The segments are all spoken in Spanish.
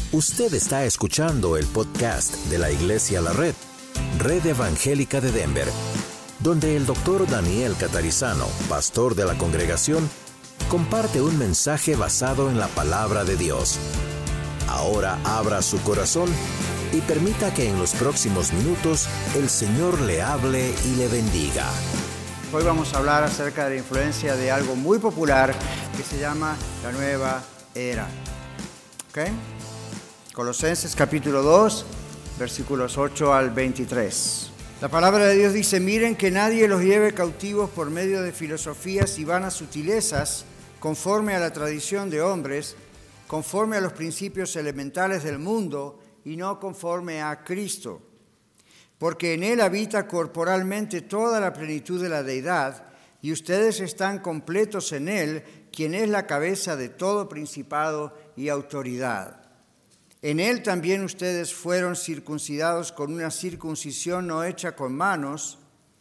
Usted está escuchando el podcast de la Iglesia La Red, Red Evangélica de Denver, donde el Dr. Daniel Catarizano, pastor de la congregación, comparte un mensaje basado en la palabra de Dios. Ahora abra su corazón y permita que en los próximos minutos el Señor le hable y le bendiga. Hoy vamos a hablar acerca de la influencia de algo muy popular que se llama la nueva era. ¿Ok? Colosenses capítulo 2, versículos 8 al 23. La palabra de Dios dice: miren que nadie los lleve cautivos por medio de filosofías y vanas sutilezas, conforme a la tradición de hombres, conforme a los principios elementales del mundo y no conforme a Cristo. Porque en Él habita corporalmente toda la plenitud de la deidad, y ustedes están completos en Él, quien es la cabeza de todo principado y autoridad. En Él también ustedes fueron circuncidados con una circuncisión no hecha con manos,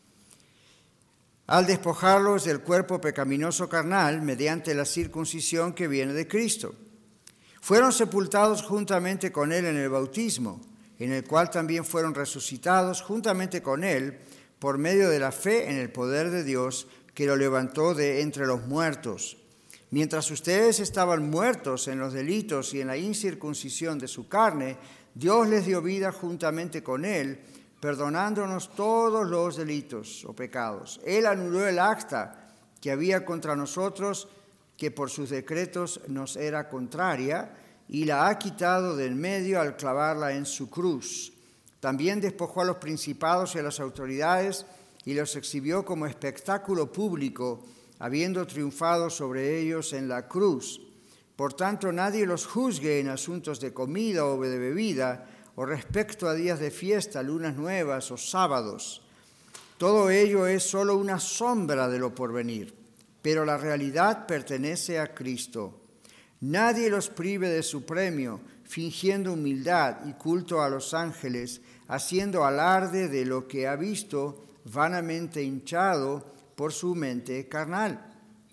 al despojarlos del cuerpo pecaminoso carnal mediante la circuncisión que viene de Cristo. Fueron sepultados juntamente con Él en el bautismo, en el cual también fueron resucitados juntamente con Él por medio de la fe en el poder de Dios que lo levantó de entre los muertos. Mientras ustedes estaban muertos en los delitos y en la incircuncisión de su carne, Dios les dio vida juntamente con Él, perdonándonos todos los delitos o pecados. Él anuló el acta que había contra nosotros, que por sus decretos nos era contraria, y la ha quitado de en medio al clavarla en su cruz. También despojó a los principados y a las autoridades y los exhibió como espectáculo público, habiendo triunfado sobre ellos en la cruz. Por tanto, nadie los juzgue en asuntos de comida o de bebida, o respecto a días de fiesta, lunas nuevas o sábados. Todo ello es solo una sombra de lo porvenir, pero la realidad pertenece a Cristo. Nadie los prive de su premio, fingiendo humildad y culto a los ángeles, haciendo alarde de lo que ha visto, vanamente hinchado por su mente carnal.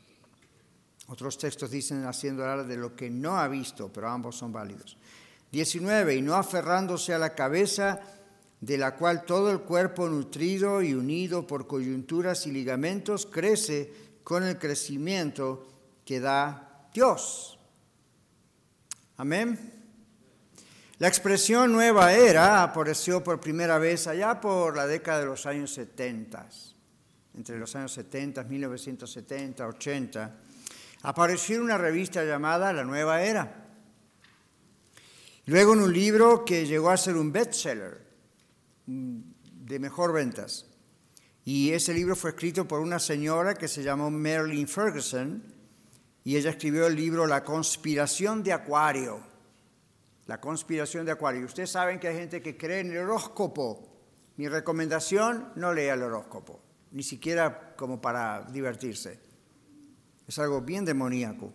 Otros textos dicen haciendo alarde de lo que no ha visto, pero ambos son válidos. 19. Y no aferrándose a la cabeza, de la cual todo el cuerpo nutrido y unido por coyunturas y ligamentos crece con el crecimiento que da Dios. Amén. La expresión nueva era apareció por primera vez allá por la década de los años 70. Entre los años 70, 1970, 80, apareció en una revista llamada La Nueva Era. Luego en un libro que llegó a ser un bestseller de mejor ventas. Y ese libro fue escrito por una señora que se llamó Marilyn Ferguson, y ella escribió el libro La Conspiración de Acuario. La Conspiración de Acuario. Ustedes saben que hay gente que cree en el horóscopo. Mi recomendación: no lea el horóscopo, ni siquiera como para divertirse. Es algo bien demoníaco.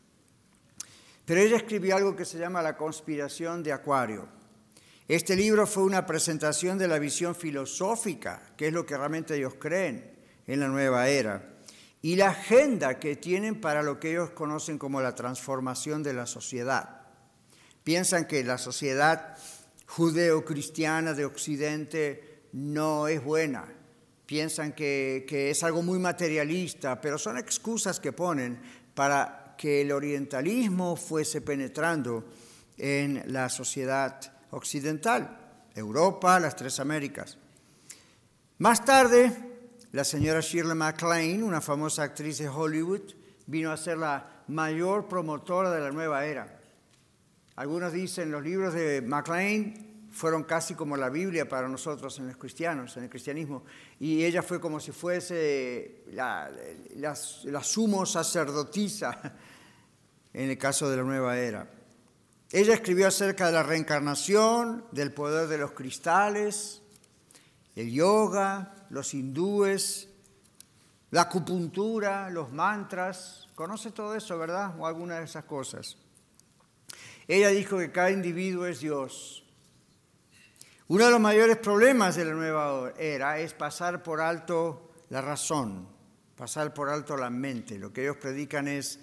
Pero ella escribió algo que se llama La Conspiración de Acuario. Este libro fue una presentación de la visión filosófica, que es lo que realmente ellos creen en la nueva era, y la agenda que tienen para lo que ellos conocen como la transformación de la sociedad. Piensan que la sociedad judeo-cristiana de Occidente no es buena. Piensan que es algo muy materialista, pero son excusas que ponen para que el orientalismo fuese penetrando en la sociedad occidental, Europa, las tres Américas. Más tarde, la señora Shirley MacLaine, una famosa actriz de Hollywood, vino a ser la mayor promotora de la nueva era. Algunos dicen los libros de MacLaine fueron casi como la Biblia para nosotros en los cristianos, en el cristianismo. Y ella fue como si fuese la sumo sacerdotisa en el caso de la nueva era. Ella escribió acerca de la reencarnación, del poder de los cristales, el yoga, los hindúes, la acupuntura, los mantras. ¿Conoce todo eso, verdad? O alguna de esas cosas. Ella dijo que cada individuo es Dios. Uno de los mayores problemas de la nueva era es pasar por alto la razón, pasar por alto la mente. Lo que ellos predican es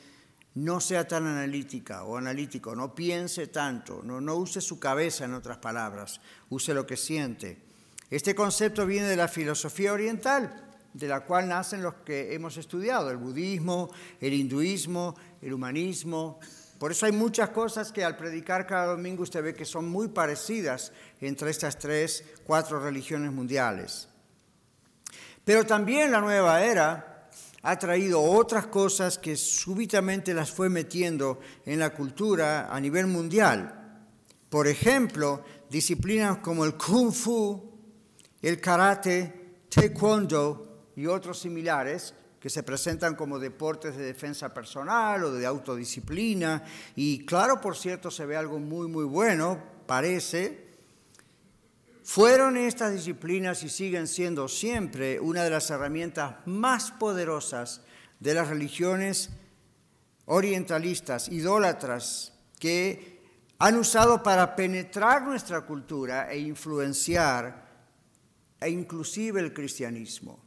No sea tan analítica o analítico, no piense tanto, no use su cabeza, en otras palabras, use lo que siente. Este concepto viene de la filosofía oriental, de la cual nacen los que hemos estudiado, el budismo, el hinduismo, el humanismo. Por eso hay muchas cosas que al predicar cada domingo usted ve que son muy parecidas entre estas 3, 4 religiones mundiales. Pero también la nueva era ha traído otras cosas que súbitamente las fue metiendo en la cultura a nivel mundial. Por ejemplo, disciplinas como el Kung Fu, el Karate, Taekwondo y otros similares que se presentan como deportes de defensa personal o de autodisciplina. Y claro, por cierto, se ve algo muy, muy bueno, parece. Fueron estas disciplinas y siguen siendo siempre una de las herramientas más poderosas de las religiones orientalistas, idólatras, que han usado para penetrar nuestra cultura e influenciar e inclusive el cristianismo.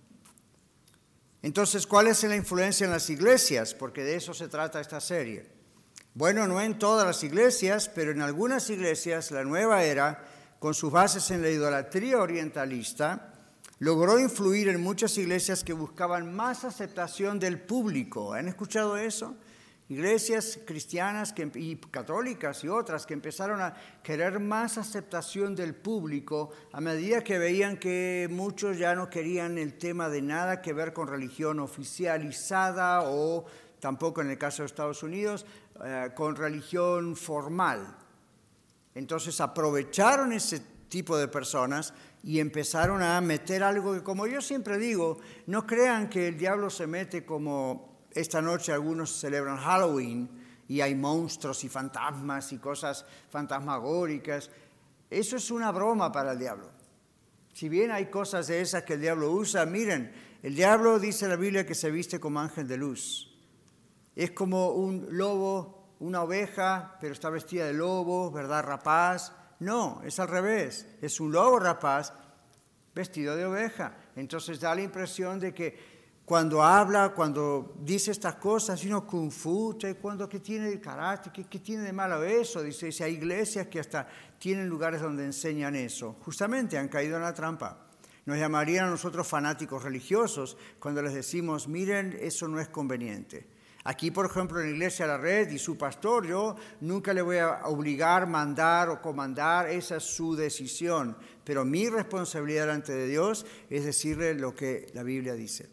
Entonces, ¿cuál es la influencia en las iglesias? Porque de eso se trata esta serie. Bueno, no en todas las iglesias, pero en algunas iglesias la nueva era, con sus bases en la idolatría orientalista, logró influir en muchas iglesias que buscaban más aceptación del público. ¿Han escuchado eso? Iglesias cristianas y católicas y otras que empezaron a querer más aceptación del público a medida que veían que muchos ya no querían el tema de nada que ver con religión oficializada o tampoco en el caso de Estados Unidos con religión formal. Entonces aprovecharon ese tipo de personas y empezaron a meter algo que, como yo siempre digo, no crean que el diablo se mete como esta noche algunos celebran Halloween y hay monstruos y fantasmas y cosas fantasmagóricas. Eso es una broma para el diablo. Si bien hay cosas de esas que el diablo usa, miren, el diablo dice en la Biblia que se viste como ángel de luz. Es como un lobo, una oveja, pero está vestida de lobo, ¿verdad? Rapaz. No, es al revés. Es un lobo rapaz vestido de oveja. Entonces da la impresión de que cuando habla, cuando dice estas cosas, Kung Fu, Taekwondo, ¿qué tiene de karate? ¿Qué tiene de malo eso? Dice, hay iglesias que hasta tienen lugares donde enseñan eso. Justamente han caído en la trampa. Nos llamarían a nosotros fanáticos religiosos cuando les decimos, miren, eso no es conveniente. Aquí, por ejemplo, en la Iglesia La Red y su pastor, yo nunca le voy a obligar, mandar o comandar, esa es su decisión. Pero mi responsabilidad delante de Dios es decirle lo que la Biblia dice.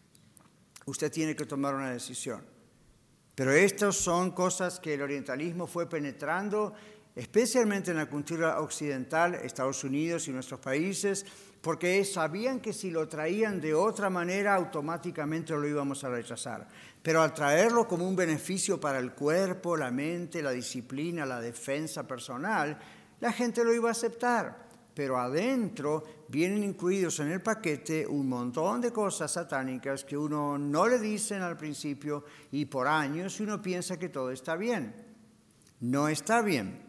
Usted tiene que tomar una decisión. Pero estas son cosas que el orientalismo fue penetrando, especialmente en la cultura occidental, Estados Unidos y nuestros países, porque sabían que si lo traían de otra manera, automáticamente lo íbamos a rechazar. Pero al traerlo como un beneficio para el cuerpo, la mente, la disciplina, la defensa personal, la gente lo iba a aceptar. Pero adentro vienen incluidos en el paquete un montón de cosas satánicas que uno no le dicen al principio y por años uno piensa que todo está bien. No está bien.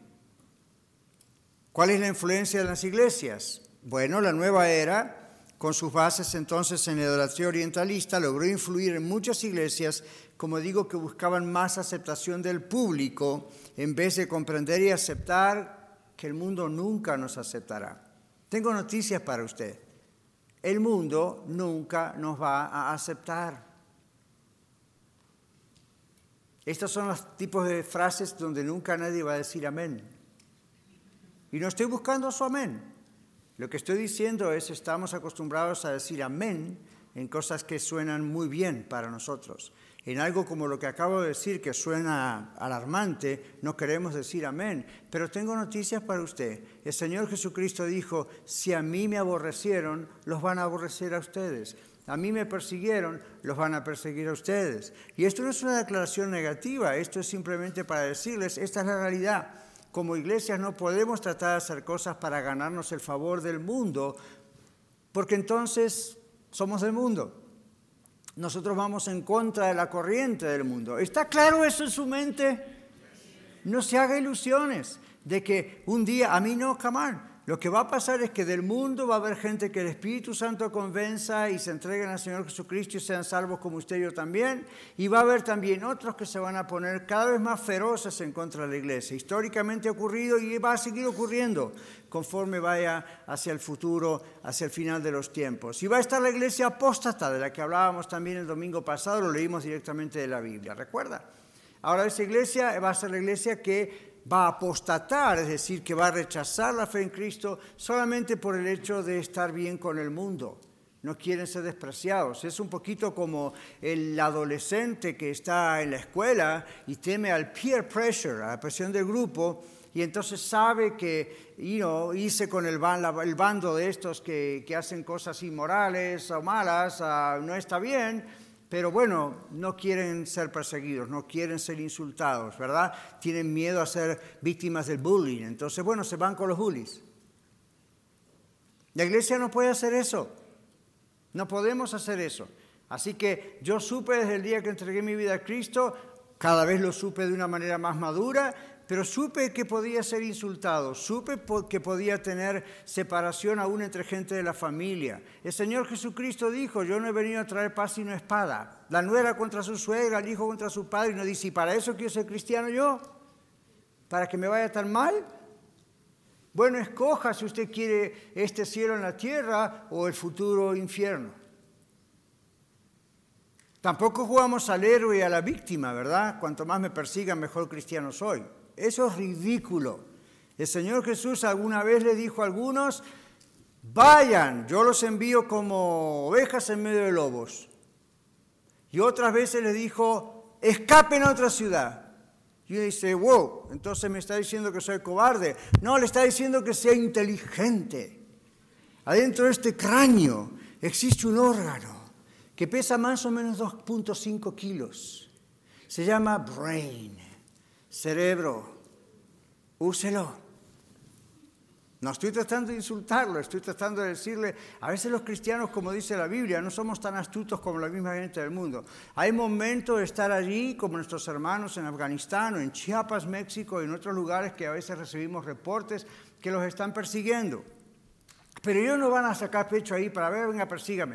¿Cuál es la influencia de las iglesias? Bueno, la nueva era, con sus bases entonces en la idolatría orientalista, logró influir en muchas iglesias, como digo, que buscaban más aceptación del público en vez de comprender y aceptar que el mundo nunca nos aceptará. Tengo noticias para usted. El mundo nunca nos va a aceptar. Estos son los tipos de frases donde nunca nadie va a decir amén. Y no estoy buscando su amén. Lo que estoy diciendo es, estamos acostumbrados a decir amén en cosas que suenan muy bien para nosotros. En algo como lo que acabo de decir, que suena alarmante, no queremos decir amén. Pero tengo noticias para usted. El Señor Jesucristo dijo, si a mí me aborrecieron, los van a aborrecer a ustedes. A mí me persiguieron, los van a perseguir a ustedes. Y esto no es una declaración negativa, esto es simplemente para decirles, esta es la realidad. Como iglesias no podemos tratar de hacer cosas para ganarnos el favor del mundo, porque entonces somos del mundo. Nosotros vamos en contra de la corriente del mundo. ¿Está claro eso en su mente? No se haga ilusiones de que un día, a mí no, come on. Lo que va a pasar es que del mundo va a haber gente que el Espíritu Santo convenza y se entreguen al Señor Jesucristo y sean salvos como usted y yo también. Y va a haber también otros que se van a poner cada vez más feroces en contra de la iglesia. Históricamente ha ocurrido y va a seguir ocurriendo conforme vaya hacia el futuro, hacia el final de los tiempos. Y va a estar la iglesia apóstata, de la que hablábamos también el domingo pasado, lo leímos directamente de la Biblia, ¿recuerda? Ahora esa iglesia va a ser la iglesia que va a apostatar, es decir, que va a rechazar la fe en Cristo solamente por el hecho de estar bien con el mundo. No quieren ser despreciados. Es un poquito como el adolescente que está en la escuela y teme al peer pressure, a la presión del grupo, y entonces sabe que irse con el bando de estos que hacen cosas inmorales o malas no está bien. Pero bueno, no quieren ser perseguidos, no quieren ser insultados, ¿verdad? Tienen miedo a ser víctimas del bullying. Entonces, bueno, se van con los bullies. La iglesia no puede hacer eso. No podemos hacer eso. Así que yo supe desde el día que entregué mi vida a Cristo, cada vez lo supe de una manera más madura, pero supe que podía ser insultado, supe que podía tener separación aún entre gente de la familia. El Señor Jesucristo dijo, yo no he venido a traer paz sino espada. La nuera contra su suegra, el hijo contra su padre, y nos dice, ¿y para eso quiero ser cristiano yo? ¿Para que me vaya tan mal? Bueno, escoja si usted quiere este cielo en la tierra o el futuro infierno. Tampoco jugamos al héroe y a la víctima, ¿verdad? Cuanto más me persigan, mejor cristiano soy. Eso es ridículo. El Señor Jesús alguna vez le dijo a algunos, vayan, yo los envío como ovejas en medio de lobos. Y otras veces les dijo, escapen a otra ciudad. Y uno dice, wow, entonces me está diciendo que soy cobarde. No, le está diciendo que sea inteligente. Adentro de este cráneo existe un órgano que pesa más o menos 2.5 kilos. Se llama brain. Cerebro, úselo. No estoy tratando de insultarlo, estoy tratando de decirle, a veces los cristianos, como dice la Biblia, no somos tan astutos como la misma gente del mundo. Hay momentos de estar allí, como nuestros hermanos en Afganistán o en Chiapas, México, y en otros lugares que a veces recibimos reportes que los están persiguiendo. Pero ellos no van a sacar pecho ahí para ver, venga, persígame.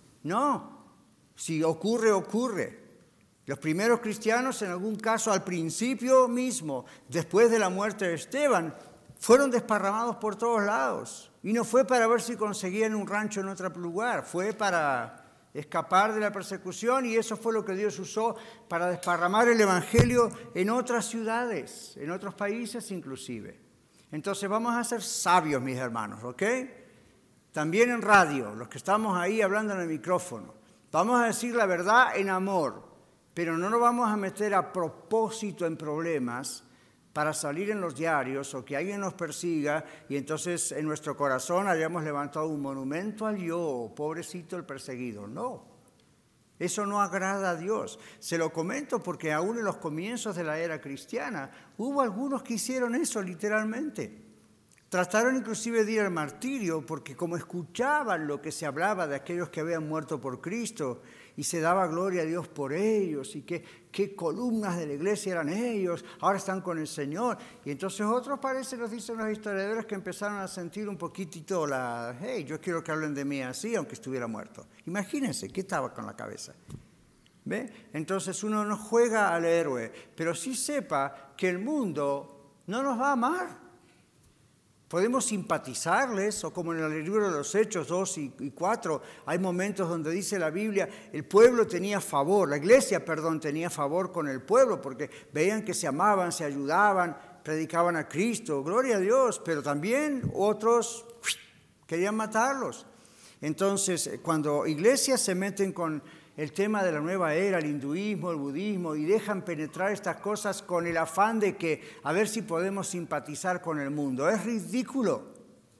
No, si ocurre, ocurre. Los primeros cristianos, en algún caso, al principio mismo, después de la muerte de Esteban, fueron desparramados por todos lados. Y no fue para ver si conseguían un rancho en otro lugar, fue para escapar de la persecución, y eso fue lo que Dios usó para desparramar el Evangelio en otras ciudades, en otros países inclusive. Entonces vamos a ser sabios, mis hermanos, ¿ok? También en radio, los que estamos ahí hablando en el micrófono, vamos a decir la verdad en amor. Pero no nos vamos a meter a propósito en problemas para salir en los diarios o que alguien nos persiga y entonces en nuestro corazón hayamos levantado un monumento al yo, pobrecito el perseguido. No, eso no agrada a Dios. Se lo comento porque aún en los comienzos de la era cristiana hubo algunos que hicieron eso literalmente. Trataron inclusive de ir al martirio porque como escuchaban lo que se hablaba de aquellos que habían muerto por Cristo y se daba gloria a Dios por ellos y qué columnas de la iglesia eran ellos, ahora están con el Señor. Y entonces otros parece, nos dicen los historiadores, que empezaron a sentir un poquitito hey, yo quiero que hablen de mí así aunque estuviera muerto. Imagínense, ¿qué estaba con la cabeza? ¿Ve? Entonces uno no juega al héroe, pero sí sepa que el mundo no nos va a amar. Podemos simpatizarles, o como en el libro de los Hechos 2 y 4, hay momentos donde dice la Biblia, el pueblo tenía favor, la iglesia, tenía favor con el pueblo, porque veían que se amaban, se ayudaban, predicaban a Cristo, gloria a Dios, pero también otros querían matarlos. Entonces, cuando iglesias se meten con el tema de la nueva era, el hinduismo, el budismo, y dejan penetrar estas cosas con el afán de que a ver si podemos simpatizar con el mundo. Es ridículo.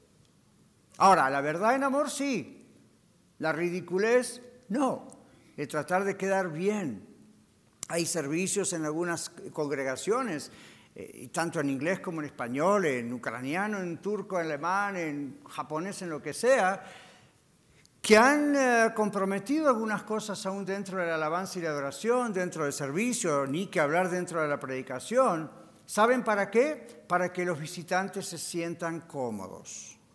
Ahora, la verdad en amor sí, la ridiculez no, el tratar de quedar bien. Hay servicios en algunas congregaciones, tanto en inglés como en español, en ucraniano, en turco, en alemán, en japonés, en lo que sea, que han comprometido algunas cosas aún dentro de la alabanza y la adoración, dentro del servicio, ni que hablar dentro de la predicación. ¿Saben para qué? Para que los visitantes se sientan cómodos.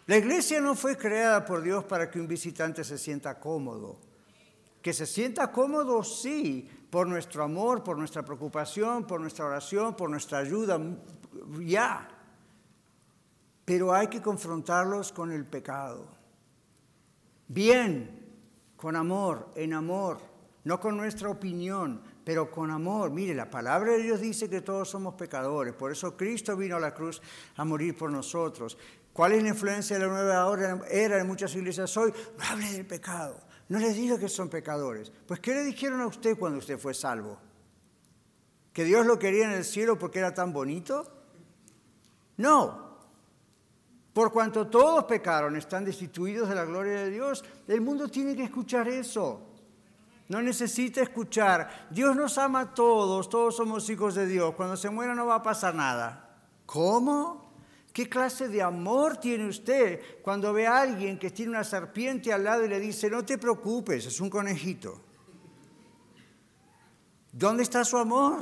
La iglesia no fue creada por Dios para que un visitante se sienta cómodo. Que se sienta cómodo, sí, por nuestro amor, por nuestra preocupación, por nuestra oración, por nuestra ayuda, ya. Pero hay que confrontarlos con el pecado. Bien, con amor, en amor, no con nuestra opinión, pero con amor. Mire, la palabra de Dios dice que todos somos pecadores, por eso Cristo vino a la cruz a morir por nosotros. ¿Cuál es la influencia de la nueva era en muchas iglesias hoy? No hable del pecado, no les diga que son pecadores. Pues, ¿qué le dijeron a usted cuando usted fue salvo? ¿Que Dios lo quería en el cielo porque era tan bonito? No. Por cuanto todos pecaron, están destituidos de la gloria de Dios, el mundo tiene que escuchar eso. No necesita escuchar. Dios nos ama a todos, todos somos hijos de Dios. Cuando se muera no va a pasar nada. ¿Cómo? ¿Qué clase de amor tiene usted cuando ve a alguien que tiene una serpiente al lado y le dice, no te preocupes, es un conejito? ¿Dónde está su amor?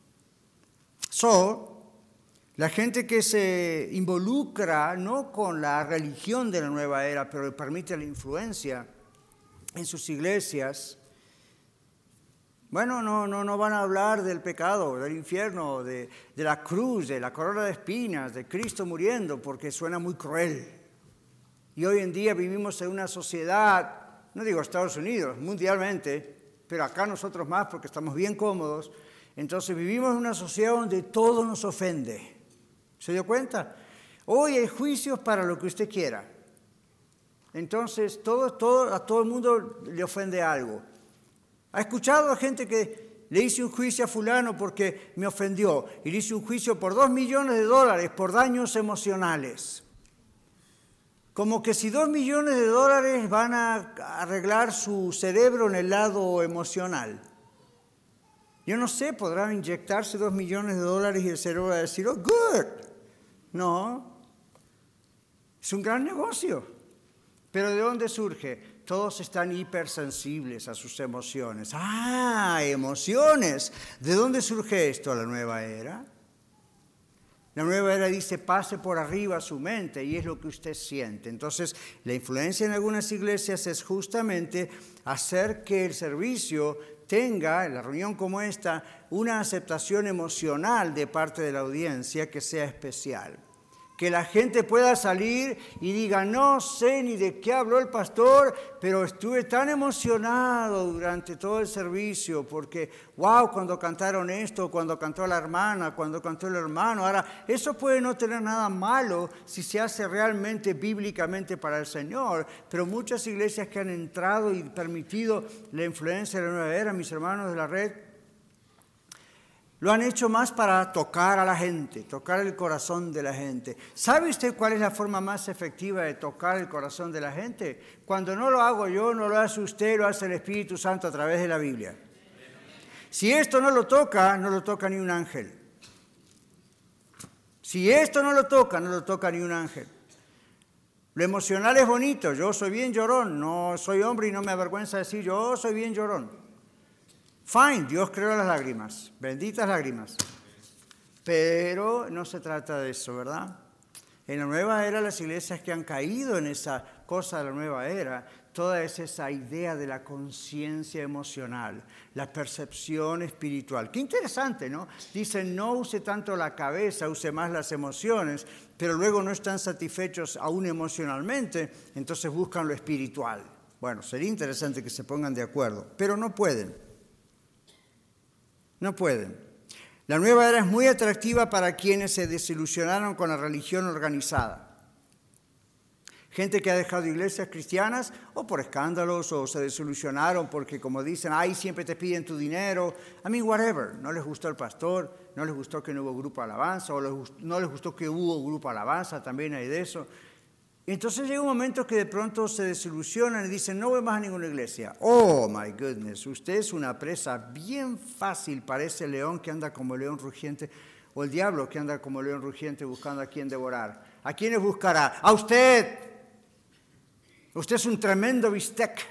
La gente que se involucra no con la religión de la nueva era, pero permite la influencia en sus iglesias, bueno, no van a hablar del pecado, del infierno, de la cruz, de la corona de espinas, de Cristo muriendo, porque suena muy cruel. Y hoy en día vivimos en una sociedad, no digo Estados Unidos, mundialmente, pero acá nosotros más porque estamos bien cómodos. Entonces vivimos en una sociedad donde todo nos ofende. ¿Se dio cuenta? Hoy hay juicios para lo que usted quiera. Entonces a todo el mundo le ofende algo. ¿Ha escuchado a gente que le hice un juicio a fulano porque me ofendió? Y le hice un juicio por $2 millones por daños emocionales. Como que si $2 millones van a arreglar su cerebro en el lado emocional. Yo no sé, podrán inyectarse $2 millones y el cerebro va a decir, oh, good. No, es un gran negocio. Pero ¿de dónde surge? Todos están hipersensibles a sus emociones. ¡Ah, emociones! ¿De dónde surge esto, la nueva era? La nueva era dice, pase por arriba su mente, y es lo que usted siente. Entonces, la influencia en algunas iglesias es justamente hacer que el servicio tenga, en la reunión como esta, una aceptación emocional de parte de la audiencia que sea especial. Que la gente pueda salir y diga, no sé ni de qué habló el pastor, pero estuve tan emocionado durante todo el servicio, porque, wow, cuando cantaron esto, cuando cantó la hermana, cuando cantó el hermano. Ahora, eso puede no tener nada malo si se hace realmente bíblicamente para el Señor, pero muchas iglesias que han entrado y permitido la influencia de la nueva era, mis hermanos de la red, lo han hecho más para tocar a la gente, tocar el corazón de la gente. ¿Sabe usted cuál es la forma más efectiva de tocar el corazón de la gente? Cuando no lo hago yo, no lo hace usted, lo hace el Espíritu Santo a través de la Biblia. Si esto no lo toca ni un ángel. Si esto no lo toca ni un ángel. Lo emocional es bonito, yo soy bien llorón, no soy hombre y no me avergüenza decir yo soy bien llorón. Fine, Dios creó las lágrimas, benditas lágrimas. Pero no se trata de eso, ¿verdad? En la nueva era, las iglesias que han caído en esa cosa de la nueva era, toda es esa idea de la conciencia emocional, la percepción espiritual. Qué interesante, ¿no? Dicen, no use tanto la cabeza, use más las emociones, pero luego no están satisfechos aún emocionalmente, entonces buscan lo espiritual. Bueno, sería interesante que se pongan de acuerdo, pero no pueden. No pueden. La nueva era es muy atractiva para quienes se desilusionaron con la religión organizada. Gente que ha dejado iglesias cristianas o por escándalos o se desilusionaron porque, como dicen, ay, siempre te piden tu dinero. Whatever. No les gustó el pastor, no les gustó que no hubo grupo alabanza o no les gustó que hubo grupo alabanza, también hay de eso. Entonces llega un momento que de pronto se desilusionan y dicen, no voy más a ninguna iglesia. Oh, my goodness, usted es una presa bien fácil para ese león que anda como león rugiente, o el diablo que anda como león rugiente buscando a quién devorar. ¿A quiénes buscará? ¡A usted! Usted es un tremendo bistec.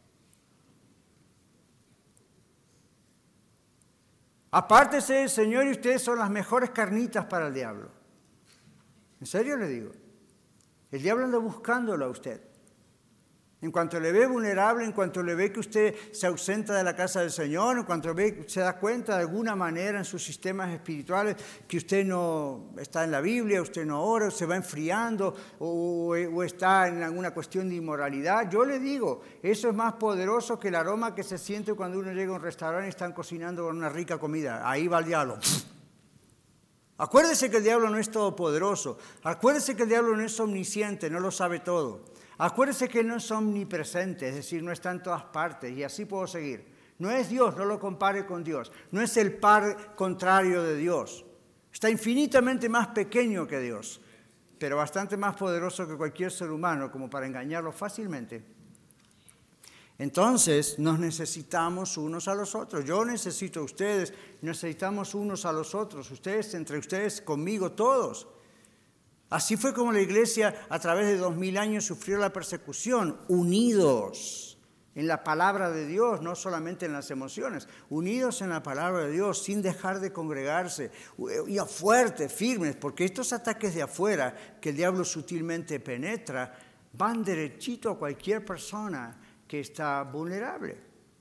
Apártese del Señor y ustedes son las mejores carnitas para el diablo. ¿En serio le digo? El diablo anda buscándolo a usted. En cuanto le ve vulnerable, en cuanto le ve que usted se ausenta de la casa del Señor, en cuanto ve, se da cuenta de alguna manera en sus sistemas espirituales que usted no está en la Biblia, usted no ora, se va enfriando o está en alguna cuestión de inmoralidad, yo le digo, eso es más poderoso que el aroma que se siente cuando uno llega a un restaurante y están cocinando una rica comida. Ahí va el diablo. Acuérdese que el diablo no es todopoderoso. Acuérdese que el diablo no es omnisciente, no lo sabe todo. Acuérdese que no es omnipresente, es decir, no está en todas partes, y así puedo seguir. No es Dios, no lo compare con Dios. No es el par contrario de Dios. Está infinitamente más pequeño que Dios, pero bastante más poderoso que cualquier ser humano, como para engañarlo fácilmente. Entonces, nos necesitamos unos a los otros. Yo necesito a ustedes, necesitamos unos a los otros. Ustedes, entre ustedes, conmigo, todos. Así fue como la iglesia a través de 2000 años sufrió la persecución, unidos en la palabra de Dios, no solamente en las emociones, unidos en la palabra de Dios, sin dejar de congregarse, y fuertes, firmes, porque estos ataques de afuera que el diablo sutilmente penetra, van derechito a cualquier persona que está vulnerable.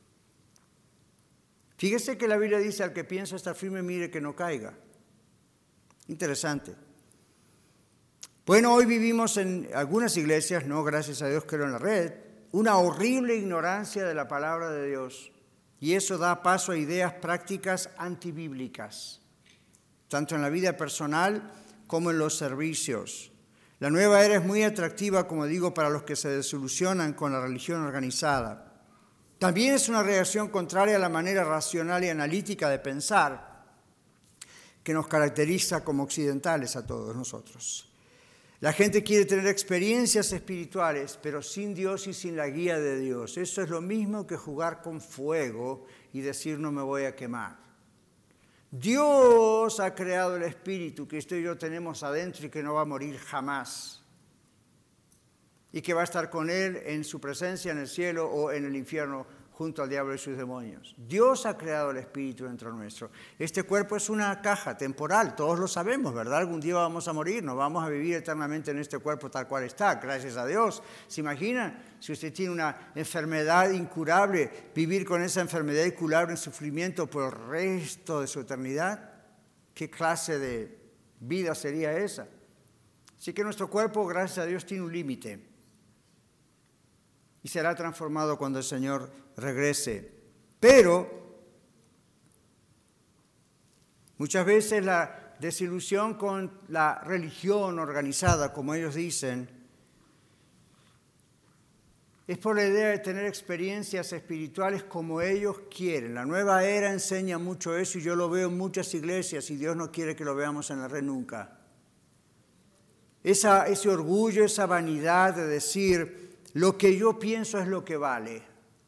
Fíjese que la Biblia dice, al que piensa estar firme, mire que no caiga. Interesante. Bueno, hoy vivimos en algunas iglesias, no gracias a Dios creo en la red, una horrible ignorancia de la palabra de Dios. Y eso da paso a ideas prácticas antibíblicas, tanto en la vida personal como en los servicios. La nueva era es muy atractiva, como digo, para los que se desilusionan con la religión organizada. También es una reacción contraria a la manera racional y analítica de pensar que nos caracteriza como occidentales a todos nosotros. La gente quiere tener experiencias espirituales, pero sin Dios y sin la guía de Dios. Eso es lo mismo que jugar con fuego y decir no me voy a quemar. Dios ha creado el espíritu que usted y yo tenemos adentro y que no va a morir jamás. Y que va a estar con Él en su presencia en el cielo o en el infierno junto al diablo y sus demonios. Dios ha creado el espíritu dentro nuestro. Este cuerpo es una caja temporal, todos lo sabemos, ¿verdad? Algún día vamos a morir, no vamos a vivir eternamente en este cuerpo tal cual está, gracias a Dios. ¿Se imaginan? Si usted tiene una enfermedad incurable, vivir con esa enfermedad incurable en sufrimiento por el resto de su eternidad, ¿qué clase de vida sería esa? Así que nuestro cuerpo, gracias a Dios, tiene un límite. Y será transformado cuando el Señor regrese. Pero muchas veces la desilusión con la religión organizada, como ellos dicen, es por la idea de tener experiencias espirituales como ellos quieren. La nueva era enseña mucho eso y yo lo veo en muchas iglesias y Dios no quiere que lo veamos en la red nunca. Ese orgullo, esa vanidad de decir, lo que yo pienso es lo que vale.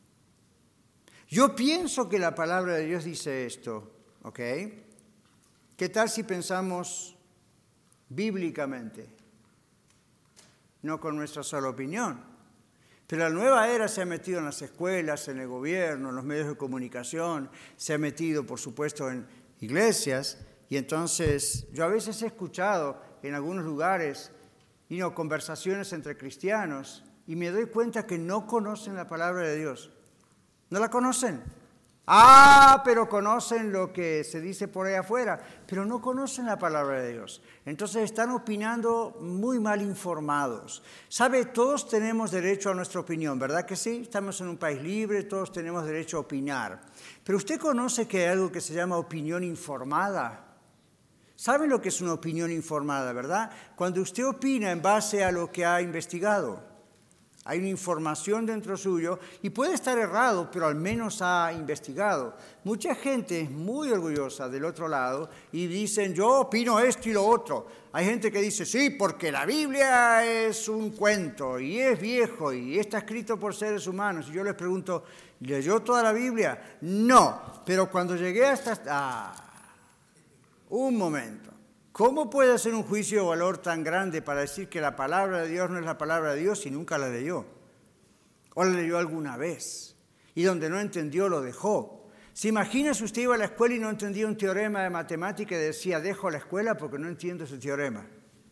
Yo pienso que la palabra de Dios dice esto, ¿ok? ¿Qué tal si pensamos bíblicamente? No con nuestra sola opinión. Pero la nueva era se ha metido en las escuelas, en el gobierno, en los medios de comunicación, se ha metido, por supuesto, en iglesias. Y entonces, yo a veces he escuchado en algunos lugares, conversaciones entre cristianos, y me doy cuenta que no conocen la palabra de Dios. ¿No la conocen? Pero conocen lo que se dice por ahí afuera, pero no conocen la palabra de Dios. Entonces están opinando muy mal informados. ¿Sabe? Todos tenemos derecho a nuestra opinión, ¿verdad que sí? Estamos en un país libre, todos tenemos derecho a opinar. Pero usted conoce que hay algo que se llama opinión informada. ¿Saben lo que es una opinión informada, verdad? Cuando usted opina en base a lo que ha investigado. Hay una información dentro suyo y puede estar errado, pero al menos ha investigado. Mucha gente es muy orgullosa del otro lado y dicen, yo opino esto y lo otro. Hay gente que dice, sí, porque la Biblia es un cuento y es viejo y está escrito por seres humanos. Y yo les pregunto, ¿leyó toda la Biblia? No, pero cuando llegué hasta... un momento. ¿Cómo puede hacer un juicio de valor tan grande para decir que la palabra de Dios no es la palabra de Dios si nunca la leyó? ¿O la leyó alguna vez? Y donde no entendió, lo dejó. ¿Se imagina si usted iba a la escuela y no entendía un teorema de matemática y decía, dejo la escuela porque no entiendo ese teorema?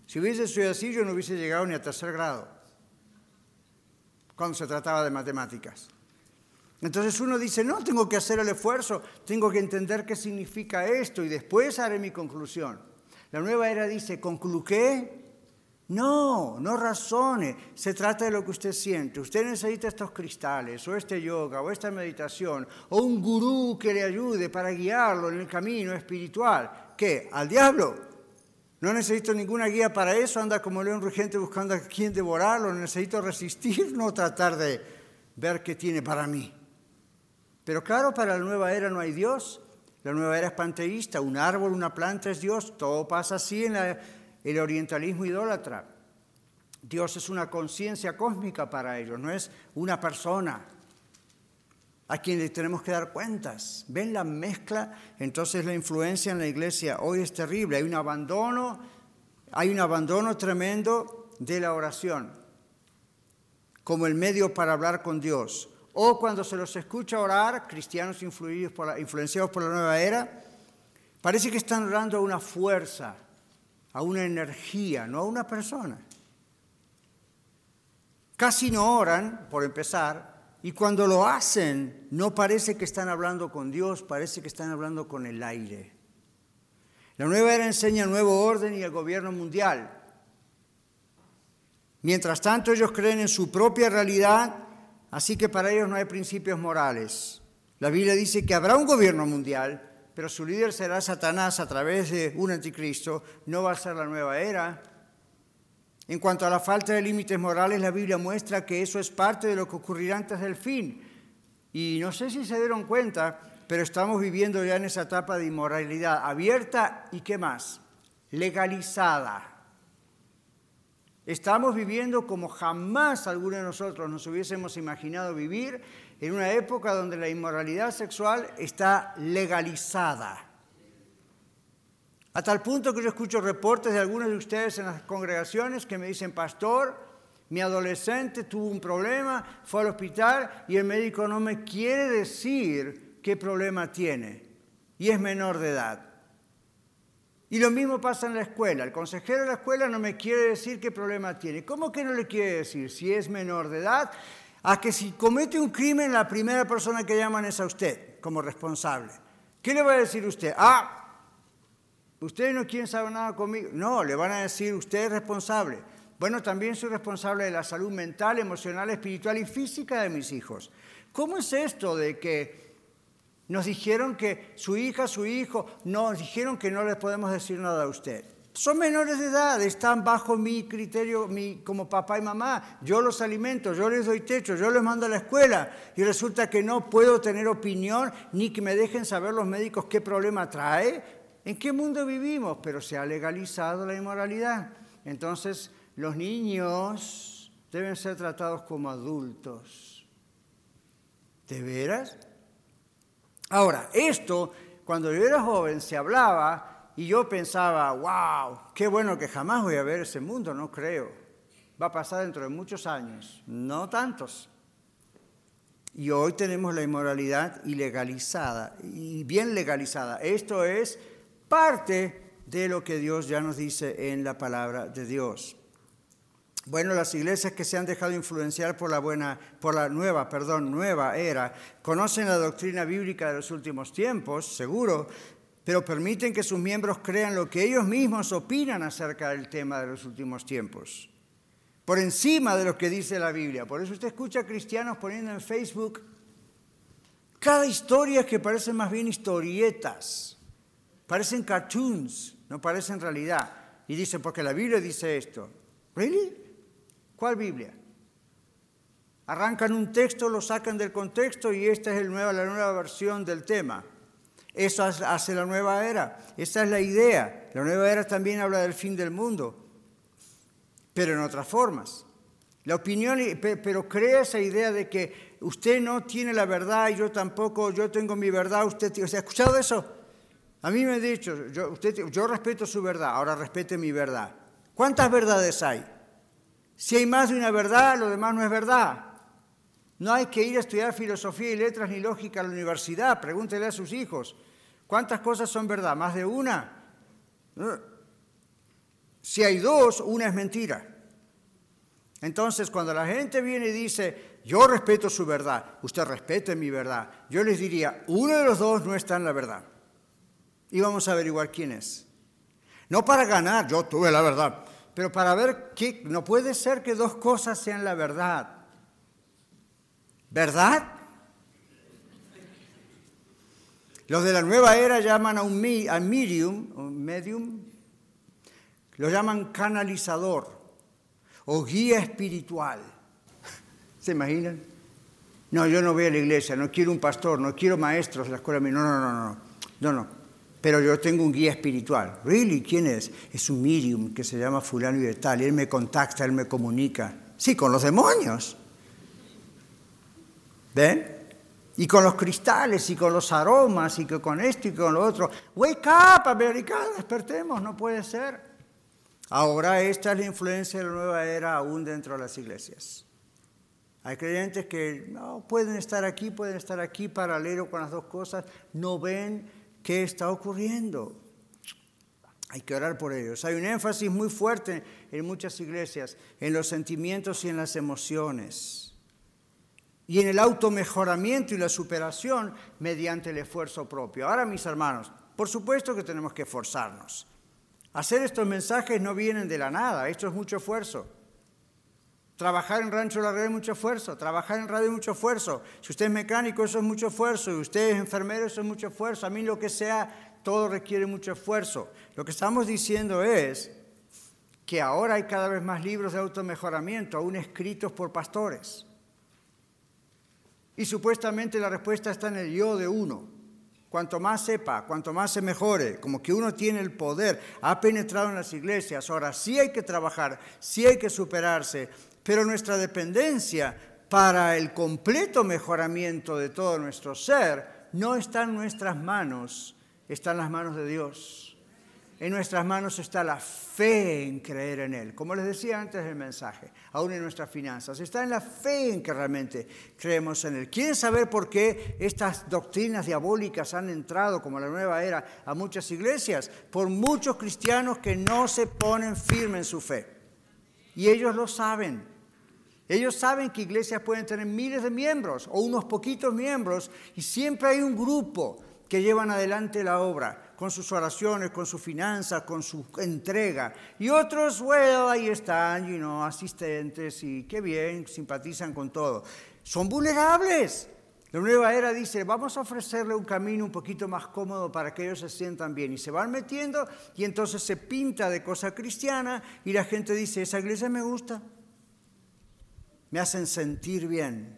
Si hubiese sido así, yo no hubiese llegado ni a tercer grado, cuando se trataba de matemáticas. Entonces uno dice, no, tengo que hacer el esfuerzo, tengo que entender qué significa esto y después haré mi conclusión. La Nueva Era dice, ¿concluqué? No razone, se trata de lo que usted siente. Usted necesita estos cristales, o este yoga, o esta meditación, o un gurú que le ayude para guiarlo en el camino espiritual. ¿Qué? ¿Al diablo? No necesito ninguna guía para eso, anda como león rugiente buscando a quien devorarlo, necesito resistir, no tratar de ver qué tiene para mí. Pero claro, para la Nueva Era no hay Dios, la Nueva Era es panteísta, un árbol, una planta es Dios, todo pasa así en el orientalismo idólatra. Dios es una conciencia cósmica para ellos, no es una persona a quien le tenemos que dar cuentas. ¿Ven la mezcla? Entonces la influencia en la iglesia hoy es terrible. Hay un abandono tremendo de la oración como el medio para hablar con Dios. O cuando se los escucha orar, cristianos influenciados por la Nueva Era, parece que están orando a una fuerza, a una energía, no a una persona. Casi no oran, por empezar, y cuando lo hacen, no parece que están hablando con Dios, parece que están hablando con el aire. La Nueva Era enseña el nuevo orden y el gobierno mundial. Mientras tanto, ellos creen en su propia realidad, así que para ellos no hay principios morales. La Biblia dice que habrá un gobierno mundial, pero su líder será Satanás a través de un anticristo, no va a ser la Nueva Era. En cuanto a la falta de límites morales, la Biblia muestra que eso es parte de lo que ocurrirá antes del fin. Y no sé si se dieron cuenta, pero estamos viviendo ya en esa etapa de inmoralidad abierta y ¿qué más? Legalizada. Estamos viviendo como jamás alguno de nosotros nos hubiésemos imaginado vivir en una época donde la inmoralidad sexual está legalizada. A tal punto que yo escucho reportes de algunos de ustedes en las congregaciones que me dicen, pastor, mi adolescente tuvo un problema, fue al hospital y el médico no me quiere decir qué problema tiene y es menor de edad. Y lo mismo pasa en la escuela. El consejero de la escuela no me quiere decir qué problema tiene. ¿Cómo que no le quiere decir? Si es menor de edad, a que si comete un crimen, la primera persona que llaman es a usted como responsable. ¿Qué le va a decir usted? ¿Ustedes no quieren saber nada conmigo? No, le van a decir, usted es responsable. Bueno, también soy responsable de la salud mental, emocional, espiritual y física de mis hijos. ¿Cómo es esto de que nos dijeron que su hija, su hijo, nos dijeron que no les podemos decir nada a usted? Son menores de edad, están bajo mi criterio como papá y mamá. Yo los alimento, yo les doy techo, yo les mando a la escuela. Y resulta que no puedo tener opinión ni que me dejen saber los médicos qué problema trae. ¿En qué mundo vivimos? Pero se ha legalizado la inmoralidad. Entonces, los niños deben ser tratados como adultos. ¿De veras? Ahora, esto, cuando yo era joven, se hablaba y yo pensaba, wow, qué bueno que jamás voy a ver ese mundo, no creo. Va a pasar dentro de muchos años, no tantos. Y hoy tenemos la inmoralidad ilegalizada y bien legalizada. Esto es parte de lo que Dios ya nos dice en la palabra de Dios. Bueno, las iglesias que se han dejado influenciar por la nueva era, conocen la doctrina bíblica de los últimos tiempos, seguro, pero permiten que sus miembros crean lo que ellos mismos opinan acerca del tema de los últimos tiempos, por encima de lo que dice la Biblia. Por eso usted escucha a cristianos poniendo en Facebook cada historia que parecen más bien historietas. Parecen cartoons, no parecen realidad. Y dicen, porque la Biblia dice esto. ¿Really? ¿Cuál Biblia? Arrancan un texto, lo sacan del contexto y esta es la nueva versión del tema. Eso hace la nueva era. Esa es la idea. La nueva era también habla del fin del mundo, pero en otras formas. La opinión, pero crea esa idea de que usted no tiene la verdad y yo tampoco, yo tengo mi verdad. ¿Usted ha escuchado eso? A mí me han dicho, yo respeto su verdad, ahora respete mi verdad. ¿Cuántas verdades hay? Si hay más de una verdad, lo demás no es verdad. No hay que ir a estudiar filosofía y letras ni lógica a la universidad. Pregúntele a sus hijos. ¿Cuántas cosas son verdad? ¿Más de una? Si hay dos, una es mentira. Entonces, cuando la gente viene y dice, yo respeto su verdad, usted respete mi verdad, yo les diría, uno de los dos no está en la verdad. Y vamos a averiguar quién es. No para ganar, yo tuve la verdad, pero para ver que no puede ser que dos cosas sean la verdad. ¿Verdad? Los de la nueva era llaman a un medium, lo llaman canalizador o guía espiritual. ¿Se imaginan? No, yo no voy a la iglesia, no quiero un pastor, no quiero maestros en la escuela. No. Pero yo tengo un guía espiritual. ¿Really? ¿Quién es? Es un medium que se llama fulano y de tal. Y él me contacta, él me comunica. Sí, con los demonios. ¿Ven? Y con los cristales, y con los aromas, y que con esto y con lo otro. Wake up, americanos, despertemos, no puede ser. Ahora esta es la influencia de la nueva era aún dentro de las iglesias. Hay creyentes que no pueden estar aquí paralelo con las dos cosas, no ven qué está ocurriendo. Hay que orar por ellos. Hay un énfasis muy fuerte en muchas iglesias, en los sentimientos y en las emociones. Y en el automejoramiento y la superación mediante el esfuerzo propio. Ahora, mis hermanos, por supuesto que tenemos que esforzarnos. Hacer estos mensajes no vienen de la nada, esto es mucho esfuerzo. Trabajar en Rancho La Red es mucho esfuerzo, trabajar en radio es mucho esfuerzo. Si usted es mecánico, eso es mucho esfuerzo. Y usted es enfermero, eso es mucho esfuerzo. A mí lo que sea, todo requiere mucho esfuerzo. Lo que estamos diciendo es que ahora hay cada vez más libros de automejoramiento, aún escritos por pastores. Y supuestamente la respuesta está en el yo de uno. Cuanto más sepa, cuanto más se mejore, como que uno tiene el poder, ha penetrado en las iglesias. Ahora sí hay que trabajar, sí hay que superarse, pero nuestra dependencia para el completo mejoramiento de todo nuestro ser no está en nuestras manos, está en las manos de Dios. En nuestras manos está la fe en creer en Él. Como les decía antes del mensaje, aún en nuestras finanzas. Está en la fe en que realmente creemos en Él. ¿Quieren saber por qué estas doctrinas diabólicas han entrado, como la nueva era, a muchas iglesias? Por muchos cristianos que no se ponen firmes en su fe. Y ellos lo saben. Ellos saben que iglesias pueden tener miles de miembros o unos poquitos miembros y siempre hay un grupo que llevan adelante la obra con sus oraciones, con sus finanzas, con su entrega. Y otros, bueno, ahí están, asistentes y qué bien, simpatizan con todo. Son vulnerables. La nueva era dice, vamos a ofrecerle un camino un poquito más cómodo para que ellos se sientan bien. Y se van metiendo y entonces se pinta de cosa cristiana y la gente dice, esa iglesia me gusta. Me hacen sentir bien.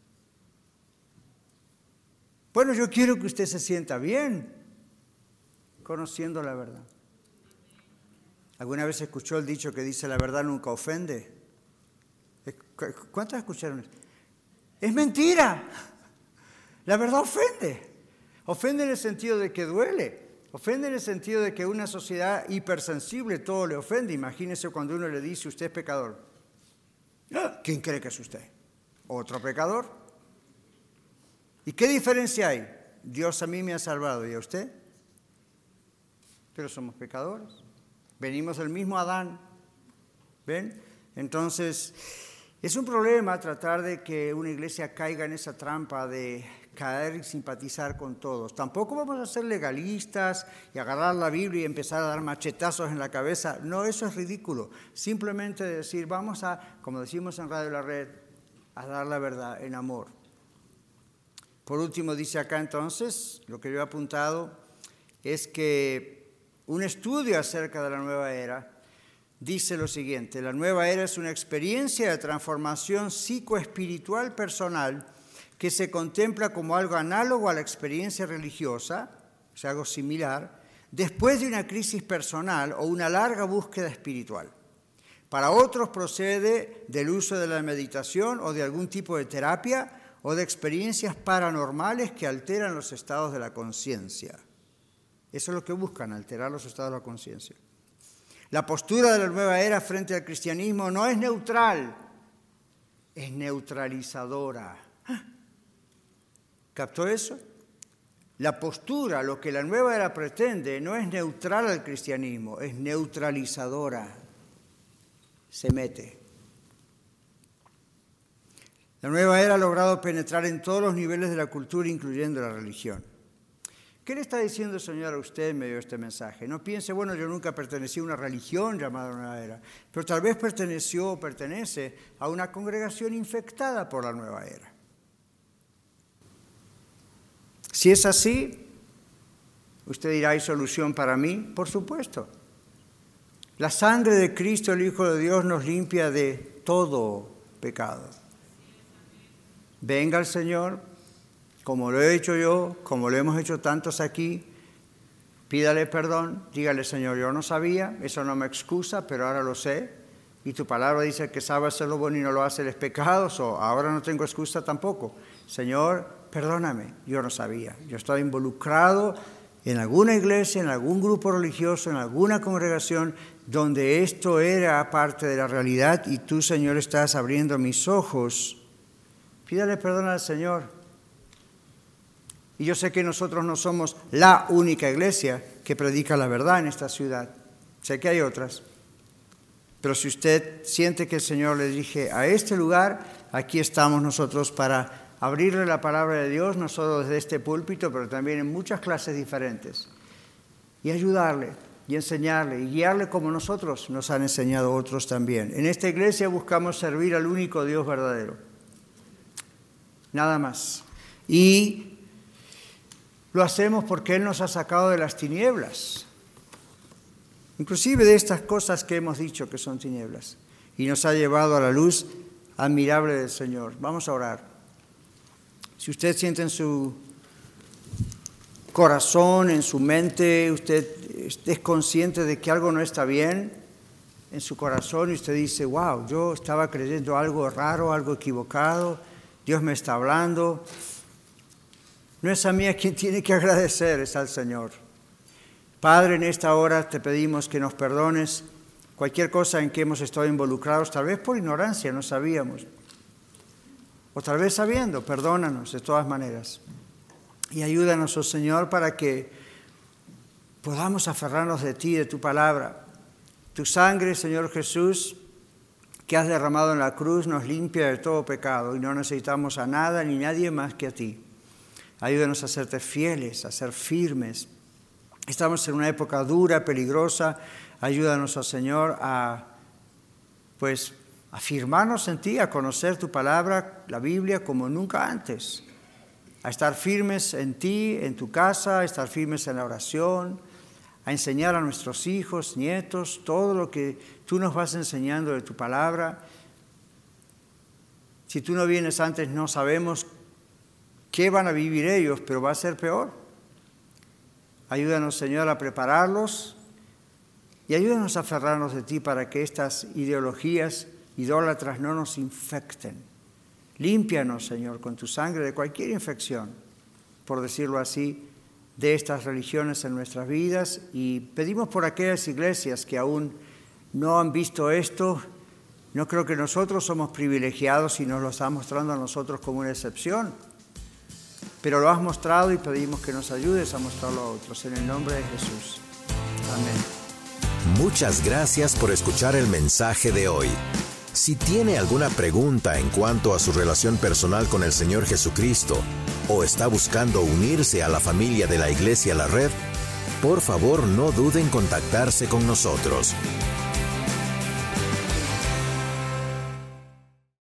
Bueno, yo quiero que usted se sienta bien, conociendo la verdad. ¿Alguna vez escuchó el dicho que dice, la verdad nunca ofende? ¿Cuántos escucharon eso? Es mentira. La verdad ofende. Ofende en el sentido de que duele. Ofende en el sentido de que una sociedad hipersensible todo le ofende. Imagínese cuando uno le dice, usted es pecador. ¿Quién cree que es usted? ¿Otro pecador? ¿Y qué diferencia hay? Dios a mí me ha salvado, ¿y a usted? Pero somos pecadores. Venimos del mismo Adán. ¿Ven? Entonces, es un problema tratar de que una iglesia caiga en esa trampa de caer y simpatizar con todos. Tampoco vamos a ser legalistas y agarrar la Biblia y empezar a dar machetazos en la cabeza. No, eso es ridículo. Simplemente decir, vamos a, como decimos en Radio La Red, a dar la verdad en amor. Por último, dice acá entonces, lo que yo he apuntado es que un estudio acerca de la nueva era dice lo siguiente: la nueva era es una experiencia de transformación psicoespiritual personal que se contempla como algo análogo a la experiencia religiosa, o sea, algo similar, después de una crisis personal o una larga búsqueda espiritual. Para otros procede del uso de la meditación o de algún tipo de terapia o de experiencias paranormales que alteran los estados de la conciencia. Eso es lo que buscan, alterar los estados de la conciencia. La postura de la nueva era frente al cristianismo no es neutral, es neutralizadora. ¿Captó eso? La postura, lo que la nueva era pretende, no es neutral al cristianismo, es neutralizadora. se mete. La nueva era ha logrado penetrar en todos los niveles de la cultura, incluyendo la religión. ¿Qué le está diciendo el Señor a usted en medio de este mensaje? No piense, bueno, yo nunca pertenecí a una religión llamada Nueva Era, pero tal vez perteneció o pertenece a una congregación infectada por la Nueva Era. Si es así, usted dirá, ¿hay solución para mí? Por supuesto. La sangre de Cristo, el Hijo de Dios, nos limpia de todo pecado. Venga el Señor, como lo he hecho yo, como lo hemos hecho tantos aquí, pídale perdón, dígale, Señor, yo no sabía, eso no me excusa, pero ahora lo sé, y tu palabra dice que sabe hacer lo bueno y no lo hace, es pecado, ahora no tengo excusa tampoco. Señor, perdóname, yo no sabía, yo estaba involucrado en alguna iglesia, en algún grupo religioso, en alguna congregación, donde esto era parte de la realidad, y tú, Señor, estás abriendo mis ojos. Pídale perdón al Señor. Y yo sé que nosotros no somos la única iglesia que predica la verdad en esta ciudad. Sé que hay otras. Pero si usted siente que el Señor le dirige a este lugar, aquí estamos nosotros para abrirle la palabra de Dios, no solo desde este púlpito, pero también en muchas clases diferentes. Y ayudarle, y enseñarle, y guiarle como nosotros nos han enseñado otros también. En esta iglesia buscamos servir al único Dios verdadero. Nada más. Y lo hacemos porque Él nos ha sacado de las tinieblas, inclusive de estas cosas que hemos dicho que son tinieblas, y nos ha llevado a la luz admirable del Señor. Vamos a orar. Si usted siente en su corazón, en su mente, usted es consciente de que algo no está bien en su corazón y usted dice, wow, yo estaba creyendo algo raro, algo equivocado, Dios me está hablando. No es a mí a quien tiene que agradecer, es al Señor. Padre, en esta hora te pedimos que nos perdones cualquier cosa en que hemos estado involucrados, tal vez por ignorancia, no sabíamos. O tal vez sabiendo, perdónanos de todas maneras. Y ayúdanos, oh Señor, para que podamos aferrarnos de ti, de tu palabra. Tu sangre, Señor Jesús, que has derramado en la cruz, nos limpia de todo pecado y no necesitamos a nada ni nadie más que a ti. Ayúdanos a serte fieles, a ser firmes. Estamos en una época dura, peligrosa. Ayúdanos, oh Señor, a afirmarnos en ti, a conocer tu palabra, la Biblia, como nunca antes. A estar firmes en ti, en tu casa, a estar firmes en la oración, a enseñar a nuestros hijos, nietos, todo lo que tú nos vas enseñando de tu palabra. Si tú no vienes antes, no sabemos qué van a vivir ellos, pero va a ser peor. Ayúdanos, Señor, a prepararlos y ayúdanos a aferrarnos de ti para que estas ideologías idólatras no nos infecten. Límpianos, Señor, con tu sangre de cualquier infección, por decirlo así, de estas religiones en nuestras vidas, y pedimos por aquellas iglesias que aún no han visto esto. No creo que nosotros somos privilegiados y nos lo estás mostrando a nosotros como una excepción, pero lo has mostrado y pedimos que nos ayudes a mostrarlo a otros, en el nombre de Jesús. Amén. Muchas gracias por escuchar el mensaje de hoy. Si tiene alguna pregunta en cuanto a su relación personal con el Señor Jesucristo o está buscando unirse a la familia de la Iglesia La Red, por favor no duden en contactarse con nosotros.